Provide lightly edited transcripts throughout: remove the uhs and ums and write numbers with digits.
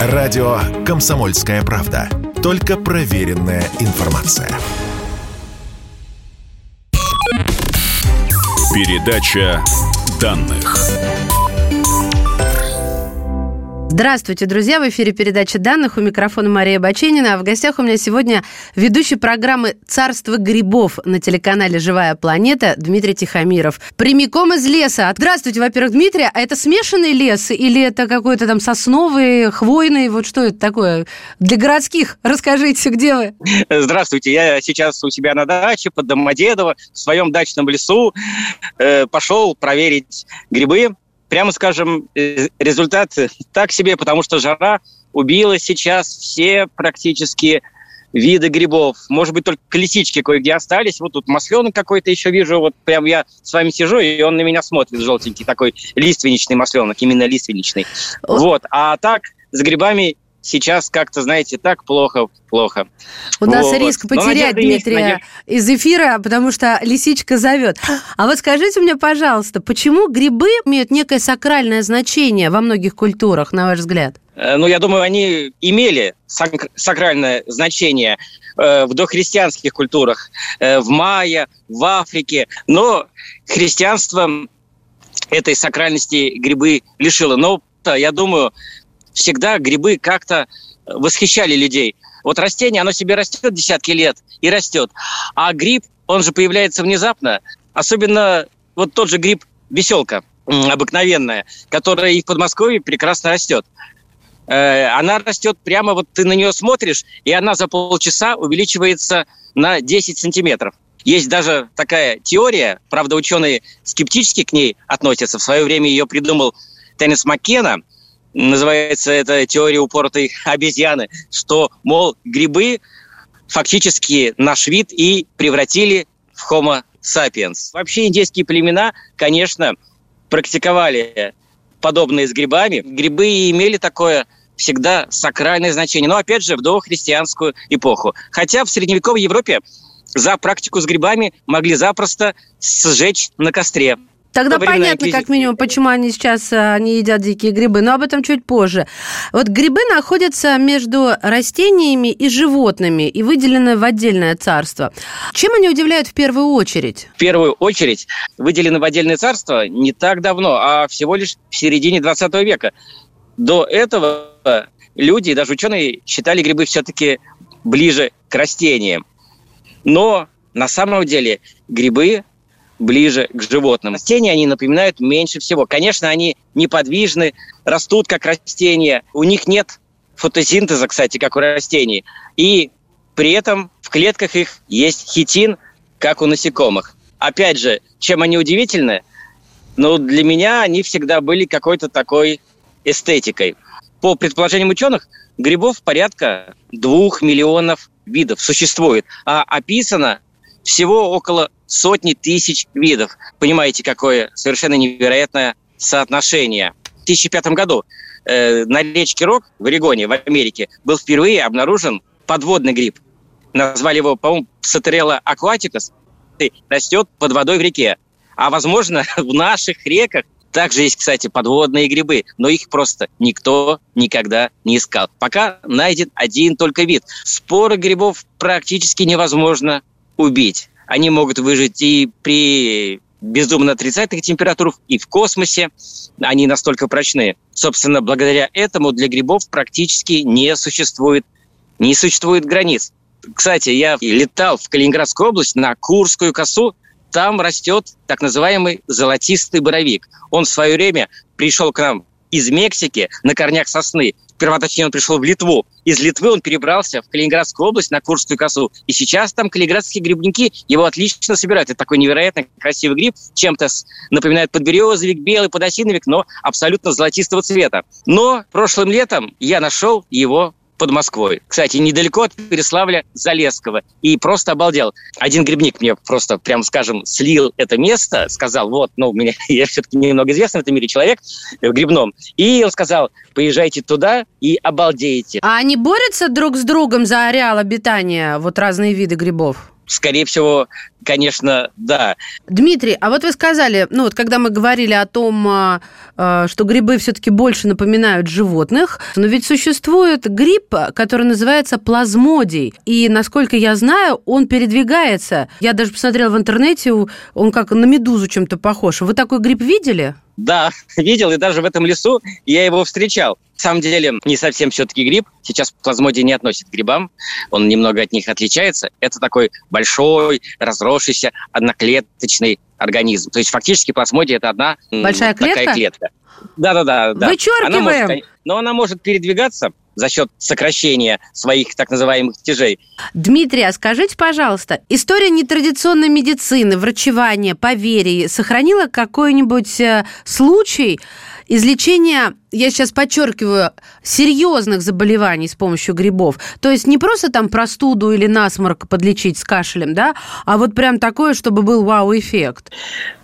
Радио «Комсомольская правда». Только проверенная информация. Передача данных. Здравствуйте, друзья! В эфире передача данных. У микрофона Мария Баченина. А в гостях у меня сегодня ведущий программы «Царство грибов» на телеканале «Живая планета» Дмитрий Тихомиров. Прямиком из леса. Здравствуйте, во-первых, Дмитрий. А это смешанный лес или это какой-то там сосновый, хвойный? Вот что это такое? Для городских расскажите, где вы? Здравствуйте. Я сейчас у себя на даче под Домодедово, в своем дачном лесу. Пошел проверить грибы. Прямо скажем, результат так себе, потому что жара убила сейчас все практически виды грибов. Может быть, только лисички кое-где остались. Вот тут масленок какой-то еще вижу. Вот прям я с вами сижу, и он на меня смотрит, желтенький такой лиственничный масленок, именно лиственничный. Вот. А так с грибами сейчас как-то, знаете, так плохо. У нас риск потерять Дмитрия из эфира, потому что лисичка зовет. А вот скажите мне, пожалуйста, почему грибы имеют некое сакральное значение во многих культурах, на ваш взгляд? Ну, я думаю, они имели сакральное значение в дохристианских культурах, в майя, в Африке. Но христианство этой сакральности грибы лишило. Но я думаю, всегда грибы как-то восхищали людей. Вот растение, оно себе растет десятки лет и растет. А гриб, он же появляется внезапно. Особенно вот тот же гриб веселка обыкновенная, которая и в Подмосковье прекрасно растет. Она растет прямо, вот ты на нее смотришь, и она за полчаса увеличивается на 10 сантиметров. Есть даже такая теория, правда, ученые скептически к ней относятся. В свое время ее придумал Теренс Маккенна. Называется это теория упоротой обезьяны, что, мол, грибы фактически наш вид и превратили в Homo sapiens. Вообще индейские племена, конечно, практиковали подобное с грибами. Грибы имели такое всегда сакральное значение, но, опять же, в дохристианскую эпоху. Хотя в средневековой Европе за практику с грибами могли запросто сжечь на костре. Тогда понятно, как минимум, почему они сейчас не едят дикие грибы, но об этом чуть позже. Вот грибы находятся между растениями и животными и выделены в отдельное царство. Чем они удивляют в первую очередь? В первую очередь выделены в отдельное царство не так давно, а всего лишь в середине 20 века. До этого люди, даже ученые, считали грибы все-таки ближе к растениям. Но на самом деле грибы ближе к животным. Растения они напоминают меньше всего. Конечно, они неподвижны, растут как растения. У них нет фотосинтеза, кстати, как у растений. И при этом в клетках их есть хитин, как у насекомых. Опять же, чем они удивительны? Ну, для меня они всегда были какой-то такой эстетикой. По предположениям ученых, грибов порядка 2 миллионов видов существует, а описано всего около 100 тысяч видов. Понимаете, какое совершенно невероятное соотношение. В 2005 году на речке Рок в Орегоне, в Америке, был впервые обнаружен подводный гриб. Назвали его, по-моему, Псотерелла акватикус. Растет под водой в реке. А, возможно, в наших реках также есть, кстати, подводные грибы, но их просто никто никогда не искал. Пока найден один только вид. Споры грибов практически невозможно убить. Они могут выжить и при безумно отрицательных температурах, и в космосе. Они настолько прочны. Собственно, благодаря этому для грибов практически не существует границ. Кстати, я летал в Калининградскую область на Курскую косу. Там растет так называемый золотистый боровик. Он в свое время пришел к нам из Мексики на корнях сосны. Сперва, точнее, он пришел в Литву. Из Литвы он перебрался в Калининградскую область на Курскую косу. И сейчас там калининградские грибники его отлично собирают. Это такой невероятно красивый гриб. Чем-то напоминает подберезовик, белый подосиновик, но абсолютно золотистого цвета. Но прошлым летом я нашел его под Москвой. Кстати, недалеко от Переславля-Залесского. И просто обалдел. Один грибник мне просто, прям скажем, слил это место, сказал, я все-таки немного известный в этом мире человек, в грибном. И он сказал, поезжайте туда и обалдеете. А они борются друг с другом за ареал обитания, вот разные виды грибов? скорее всего, конечно, да. Дмитрий, а вот вы сказали, когда мы говорили о том, что грибы все-таки больше напоминают животных, но ведь существует гриб, который называется плазмодий, и, насколько я знаю, он передвигается. Я даже посмотрела в интернете, он как на медузу чем-то похож. Вы такой гриб видели? Да, видел, и даже в этом лесу я его встречал. На самом деле, не совсем все-таки гриб. Сейчас плазмодий не относит к грибам. Он немного от них отличается. Это такой большой, разросшийся, одноклеточный организм. То есть, фактически, плазмодий – это одна большая такая клетка. Да. Вычеркиваем! Но она может передвигаться за счет сокращения своих так называемых тяжей. Дмитрий, а скажите, пожалуйста, история нетрадиционной медицины, врачевания, поверий сохранила какой-нибудь случай излечения, я сейчас подчеркиваю, серьезных заболеваний с помощью грибов? То есть не просто там простуду или насморк подлечить с кашлем, да, а вот прям такое, чтобы был вау-эффект.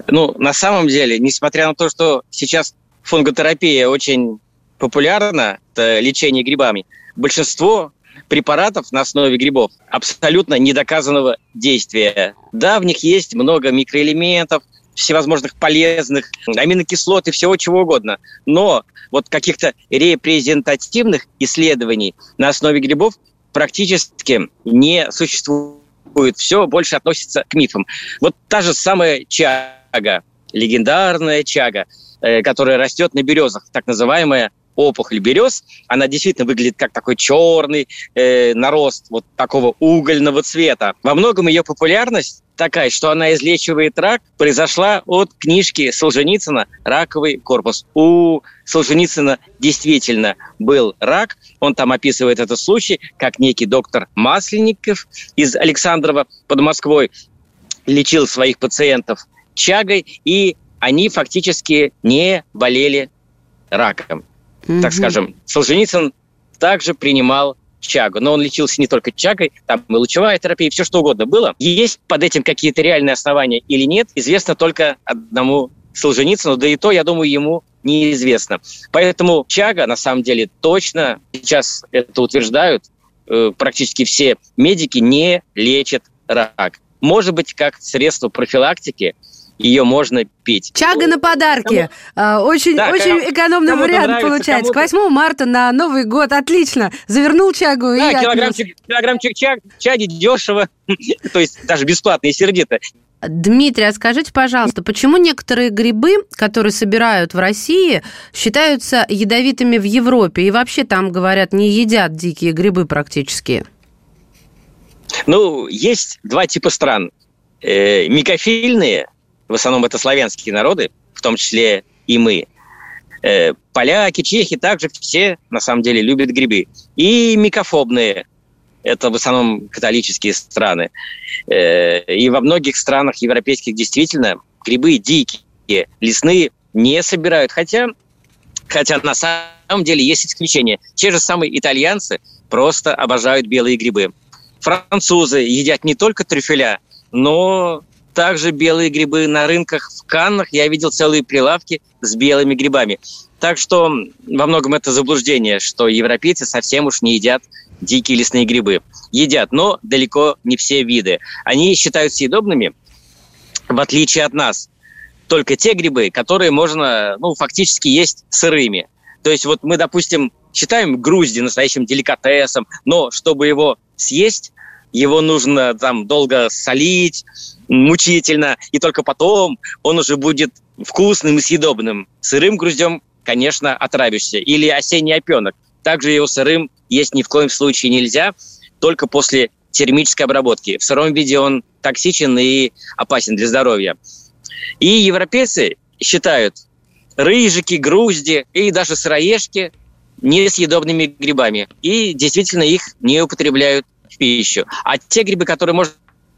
На самом деле, несмотря на то, что сейчас фунготерапия очень популярна, это лечение грибами, большинство препаратов на основе грибов абсолютно недоказанного действия. Да, в них есть много микроэлементов, всевозможных полезных аминокислот и всего чего угодно. Но вот каких-то репрезентативных исследований на основе грибов практически не существует. Все больше относится к мифам. Вот та же самая чага, легендарная чага, которая растет на березах, так называемая опухоль берез, она действительно выглядит как такой черный нарост вот такого угольного цвета. Во многом ее популярность такая, что она излечивает рак, произошла от книжки Солженицына «Раковый корпус». У Солженицына действительно был рак. Он там описывает этот случай, как некий доктор Масленников из Александрова под Москвой лечил своих пациентов чагой, и они фактически не болели раком. Так скажем, Солженицын также принимал чагу, но он лечился не только чагой, там и лучевая терапия, все что угодно было. Есть под этим какие-то реальные основания или нет, известно только одному Солженицыну, да и то, я думаю, ему неизвестно. Поэтому чага, на самом деле, точно, сейчас это утверждают, практически все медики не лечат рак. Может быть, как средство профилактики, ее можно пить. Чага на подарки. Очень экономный вариант нравится, получается. К 8 марта на Новый год. Отлично. Завернул чагу и килограммчик чаги дешево. То есть даже бесплатно и сердито. Дмитрий, а скажите, пожалуйста, почему некоторые грибы, которые собирают в России, считаются ядовитыми в Европе? И вообще там, говорят, не едят дикие грибы практически. Есть два типа стран. Микофильные, в основном это славянские народы, в том числе и мы. Поляки, чехи также все, на самом деле, любят грибы. И микофобные, это в основном католические страны. И во многих странах европейских действительно грибы дикие, лесные не собирают. Хотя на самом деле есть исключения. Те же самые итальянцы просто обожают белые грибы. Французы едят не только трюфеля, но также белые грибы на рынках в Каннах. Я видел целые прилавки с белыми грибами. Так что во многом это заблуждение, что европейцы совсем уж не едят дикие лесные грибы. Едят, но далеко не все виды. Они считаются съедобными, в отличие от нас. Только те грибы, которые можно, фактически есть сырыми. То есть вот мы, допустим, считаем грузди настоящим деликатесом, но чтобы его съесть, его нужно там долго солить, мучительно, и только потом он уже будет вкусным и съедобным. Сырым груздем, конечно, отравишься. Или осенний опенок. Также его сырым есть ни в коем случае нельзя, только после термической обработки. В сыром виде он токсичен и опасен для здоровья. И европейцы считают рыжики, грузди и даже сыроежки несъедобными грибами. И действительно их не употребляют в пищу. А те грибы, которые можно...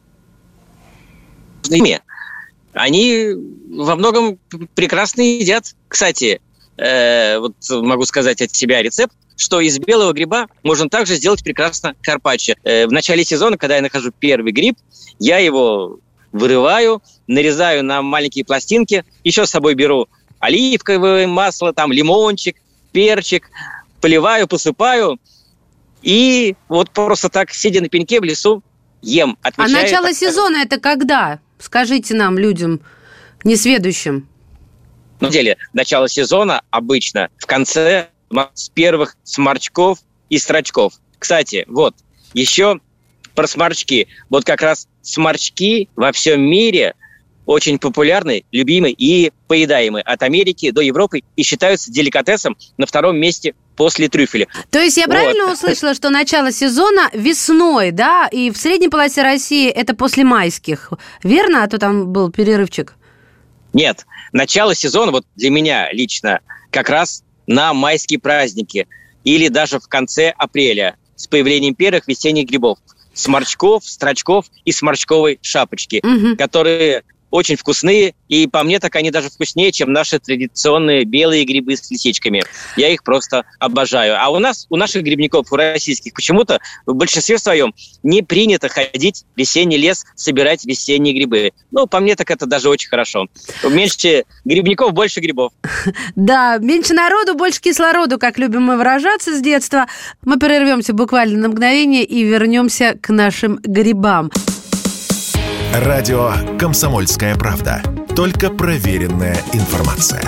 они во многом прекрасно едят. Кстати, вот могу сказать от себя рецепт, что из белого гриба можно также сделать прекрасно карпаччо. В начале сезона, когда я нахожу первый гриб, я его вырываю, нарезаю на маленькие пластинки, еще с собой беру оливковое масло, там лимончик, перчик, поливаю, посыпаю, и вот просто так, сидя на пеньке в лесу, ем, отмечаю. А начало сезона это когда? Скажите нам, людям несведущим. На самом деле, начало сезона обычно в конце с первых сморчков и строчков. Кстати, вот, еще про сморчки. Вот как раз сморчки во всем мире очень популярны, любимы и поедаемы от Америки до Европы и считаются деликатесом на втором месте после трюфеля. То есть я правильно услышала, что начало сезона весной, да? И в средней полосе России это после майских. Верно? А то там был перерывчик. Нет, начало сезона вот для меня лично как раз на майские праздники или даже в конце апреля с появлением первых весенних грибов. Сморчков, строчков и сморчковой шапочки, которые очень вкусные, и по мне так они даже вкуснее, чем наши традиционные белые грибы с лисичками. Я их просто обожаю. А у наших грибников, у российских, почему-то в большинстве своем не принято ходить в весенний лес, собирать весенние грибы. Ну, по мне так это даже очень хорошо. Меньше грибников, больше грибов. Да, меньше народу, больше кислороду, как любим мы выражаться с детства. Мы прервемся буквально на мгновение и вернемся к нашим грибам. Радио «Комсомольская правда». Только проверенная информация.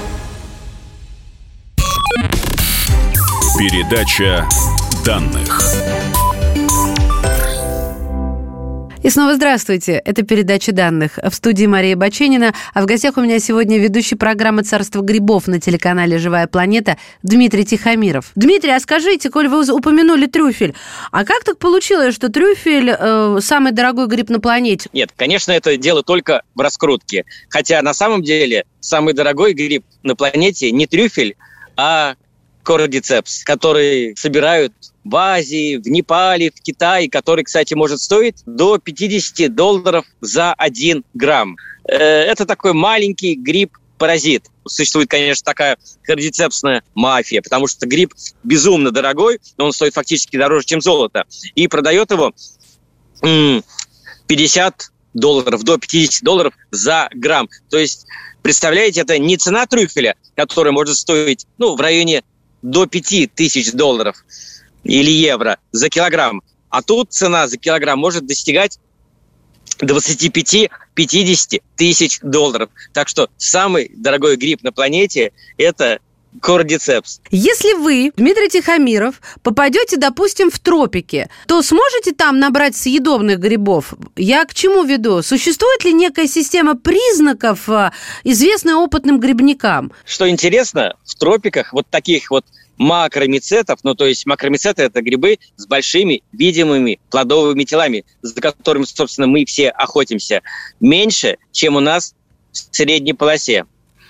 Передача данных. И снова здравствуйте. Это передача данных. В студии Мария Баченина. А в гостях у меня сегодня ведущий программы «Царство грибов» на телеканале «Живая планета» Дмитрий Тихомиров. Дмитрий, а скажите, коль вы упомянули трюфель, а как так получилось, что трюфель самый дорогой гриб на планете? Нет, конечно, это дело только в раскрутке. Хотя на самом деле самый дорогой гриб на планете не трюфель, а кордицепс, который собирают в Азии, в Непале, в Китае, который, кстати, может стоить до $50 за 1 грамм. Это такой маленький гриб-паразит. Существует, конечно, такая кордицепсная мафия, потому что гриб безумно дорогой, но он стоит фактически дороже, чем золото. И продает его $50, до $50 за грамм. То есть, представляете, это не цена трюфеля, которая может стоить в районе до $5000 или евро за килограмм. А тут цена за килограмм может достигать 25-50 тысяч $. Так что самый дорогой гриб на планете – это кордицепс. Если вы, Дмитрий Тихомиров, попадете, допустим, в тропики, то сможете там набрать съедобных грибов? Я к чему веду? Существует ли некая система признаков, известная опытным грибникам? Что интересно, в тропиках вот таких вот макромицетов, то есть макромицеты – это грибы с большими видимыми плодовыми телами, за которыми, собственно, мы все охотимся, меньше, чем у нас в средней полосе.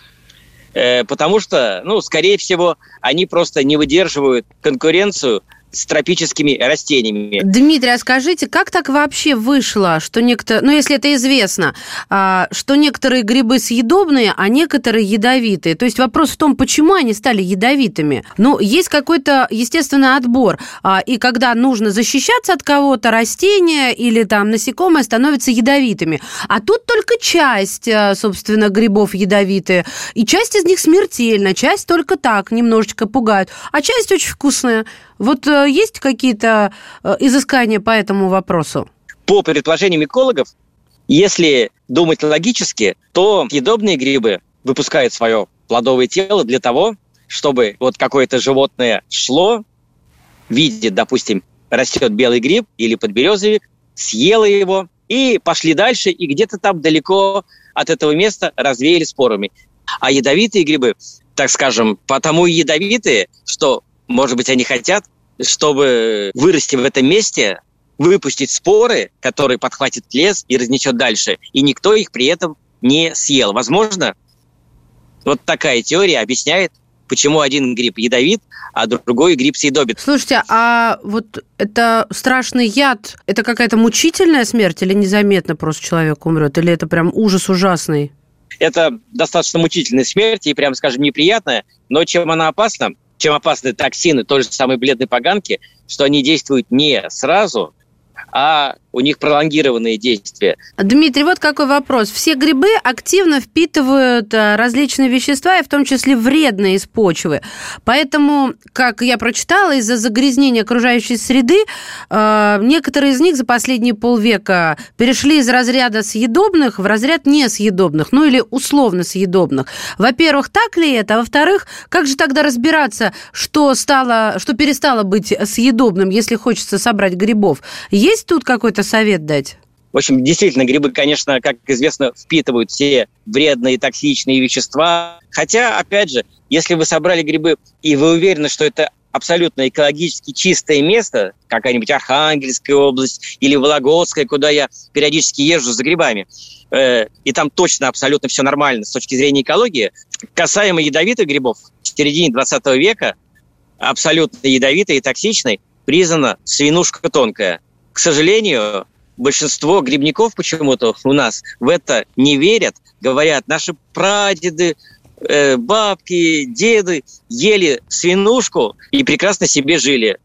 Потому что, скорее всего, они просто не выдерживают конкуренцию с тропическими растениями. Дмитрий, а скажите, как так вообще вышло, что если это известно, что некоторые грибы съедобные, а некоторые ядовитые? То есть вопрос в том, почему они стали ядовитыми? Есть какой-то естественный отбор, и когда нужно защищаться от кого-то, растения или насекомые становятся ядовитыми. А тут только часть, собственно, грибов ядовитые, и часть из них смертельна, часть только так, немножечко пугают, а часть очень вкусная. Вот есть какие-то изыскания по этому вопросу? По предположениям экологов, если думать логически, то съедобные грибы выпускают свое плодовое тело для того, чтобы какое-то животное шло, видит, допустим, растет белый гриб или подберезовик, съело его и пошли дальше, и где-то там далеко от этого места развеяли спорами. А ядовитые грибы, так скажем, потому и ядовитые, что, может быть, они хотят, чтобы вырасти в этом месте, выпустить споры, которые подхватит лес и разнесет дальше, и никто их при этом не съел. Возможно, вот такая теория объясняет, почему один гриб ядовит, а другой гриб съедобен. Слушайте, а вот это страшный яд, это какая-то мучительная смерть или незаметно просто человек умрет? Или это прям ужас ужасный? Это достаточно мучительная смерть и, прямо скажем, неприятная, но чем она опасна? Чем опасны токсины той же самой бледной поганки, что они действуют не сразу, а у них пролонгированные действия. Дмитрий, вот какой вопрос. Все грибы активно впитывают различные вещества, и в том числе вредные из почвы. Поэтому, как я прочитала, из-за загрязнения окружающей среды некоторые из них за последние полвека перешли из разряда съедобных в разряд несъедобных, ну или условно съедобных. Во-первых, так ли это? А во-вторых, как же тогда разбираться, что перестало быть съедобным, если хочется собрать грибов? Есть тут какой-то совет дать? В общем, действительно, грибы, конечно, как известно, впитывают все вредные токсичные вещества. Хотя, опять же, если вы собрали грибы, и вы уверены, что это абсолютно экологически чистое место, какая-нибудь Архангельская область или Вологодская, куда я периодически езжу за грибами, и там точно абсолютно все нормально с точки зрения экологии, касаемо ядовитых грибов, в середине 20 века абсолютно ядовитой и токсичной признана свинушка тонкая. К сожалению, большинство грибников почему-то у нас в это не верят. Говорят, наши прадеды, бабки, деды ели свинушку и прекрасно себе жили.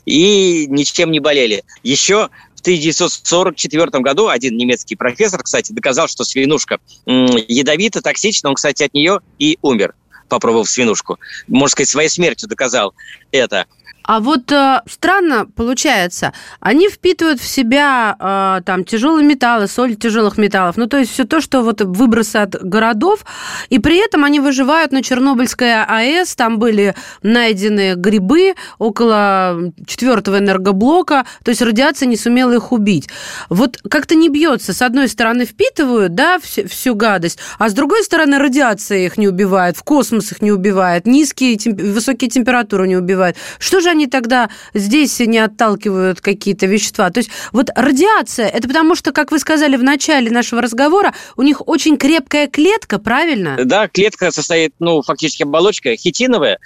И ничем не болели. Еще в 1944 году один немецкий профессор, кстати, доказал, что свинушка ядовита, токсична. Он, кстати, от нее и умер, попробовав свинушку. Можно сказать, своей смертью доказал это. А вот странно получается, они впитывают в себя там тяжелые металлы, соль тяжелых металлов, ну то есть все то, что вот выбросы от городов, и при этом они выживают на Чернобыльской АЭС, там были найдены грибы около 4-го энергоблока, то есть радиация не сумела их убить. Вот как-то не бьется, с одной стороны впитывают, да, всю гадость, а с другой стороны радиация их не убивает, в космос их не убивает, высокие температуры не убивают. Что же они тогда здесь не отталкивают какие-то вещества? То есть вот радиация, это потому что, как вы сказали в начале нашего разговора, у них очень крепкая клетка, правильно? Да, клетка состоит, фактически оболочка хитиновая,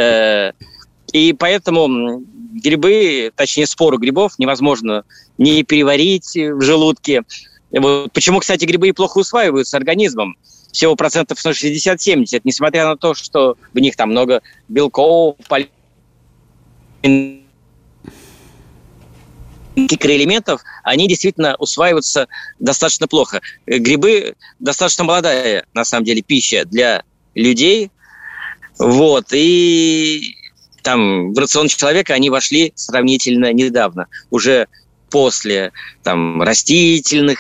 и поэтому грибы, точнее споры грибов невозможно не переварить в желудке. Вот. Почему, кстати, грибы и плохо усваиваются организмом? Всего 60-70%, несмотря на то, что в них там много белков, микроэлементов, они действительно усваиваются достаточно плохо. Грибы достаточно молодая, на самом деле, пища для людей. Вот. И там в рацион человека они вошли сравнительно недавно, уже после растительной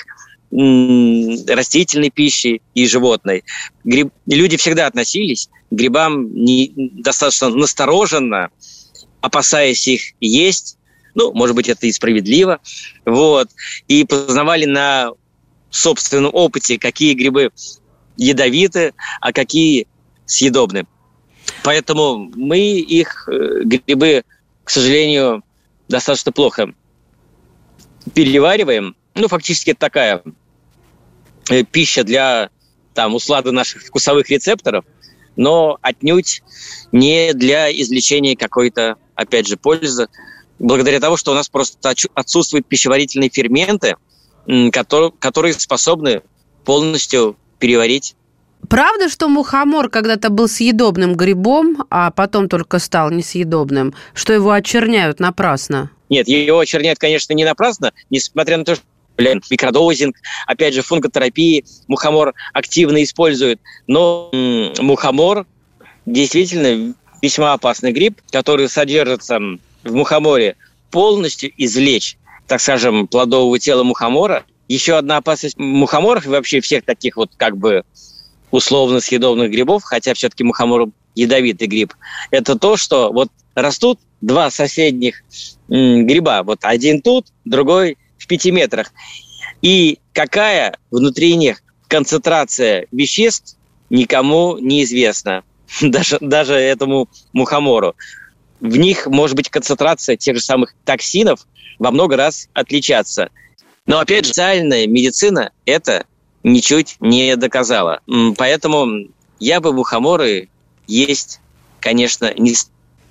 пищи и животной. Люди всегда относились к грибам достаточно настороженно, опасаясь их есть, может быть, это и справедливо, и познавали на собственном опыте, какие грибы ядовиты, а какие съедобны. Поэтому мы их грибы, к сожалению, достаточно плохо перевариваем. Фактически это такая пища для услады наших вкусовых рецепторов, но отнюдь не для извлечения какой-то, опять же, пользы, благодаря тому, что у нас просто отсутствуют пищеварительные ферменты, которые способны полностью переварить. Правда, что мухомор когда-то был съедобным грибом, а потом только стал несъедобным, что его очерняют напрасно? Нет, его очерняют, конечно, не напрасно, несмотря на то, что микродозинг, опять же, фунготерапии мухомор активно используют. Но мухомор действительно весьма опасный гриб, который содержится в мухоморе. Полностью извлечь, так скажем, плодового тела мухомора. Еще одна опасность мухоморов и вообще всех таких условно съедобных грибов, хотя все-таки мухомор ядовитый гриб, это то, что растут два соседних гриба. Один тут, другой в 5 метрах. И какая внутри них концентрация веществ, никому неизвестна. Даже этому мухомору. В них может быть концентрация тех же самых токсинов во много раз отличаться. Но опять же, социальная медицина это ничуть не доказала. Поэтому я бы мухоморы есть, конечно, не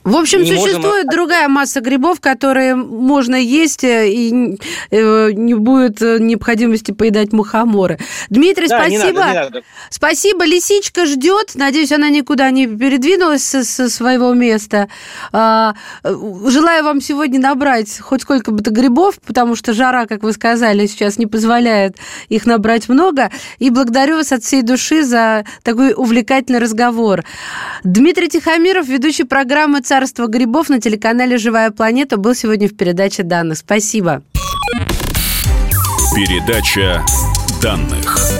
В общем, существует другая масса грибов, которые можно есть, и не будет необходимости поедать мухоморы. Дмитрий, спасибо. Не надо. Спасибо. Лисичка ждет. Надеюсь, она никуда не передвинулась со своего места. Желаю вам сегодня набрать хоть сколько бы то грибов, потому что жара, как вы сказали, сейчас не позволяет их набрать много. И благодарю вас от всей души за такой увлекательный разговор. Дмитрий Тихомиров, ведущий программы «Царство грибов» на телеканале «Живая планета», был сегодня в передаче данных. Спасибо. Передача данных.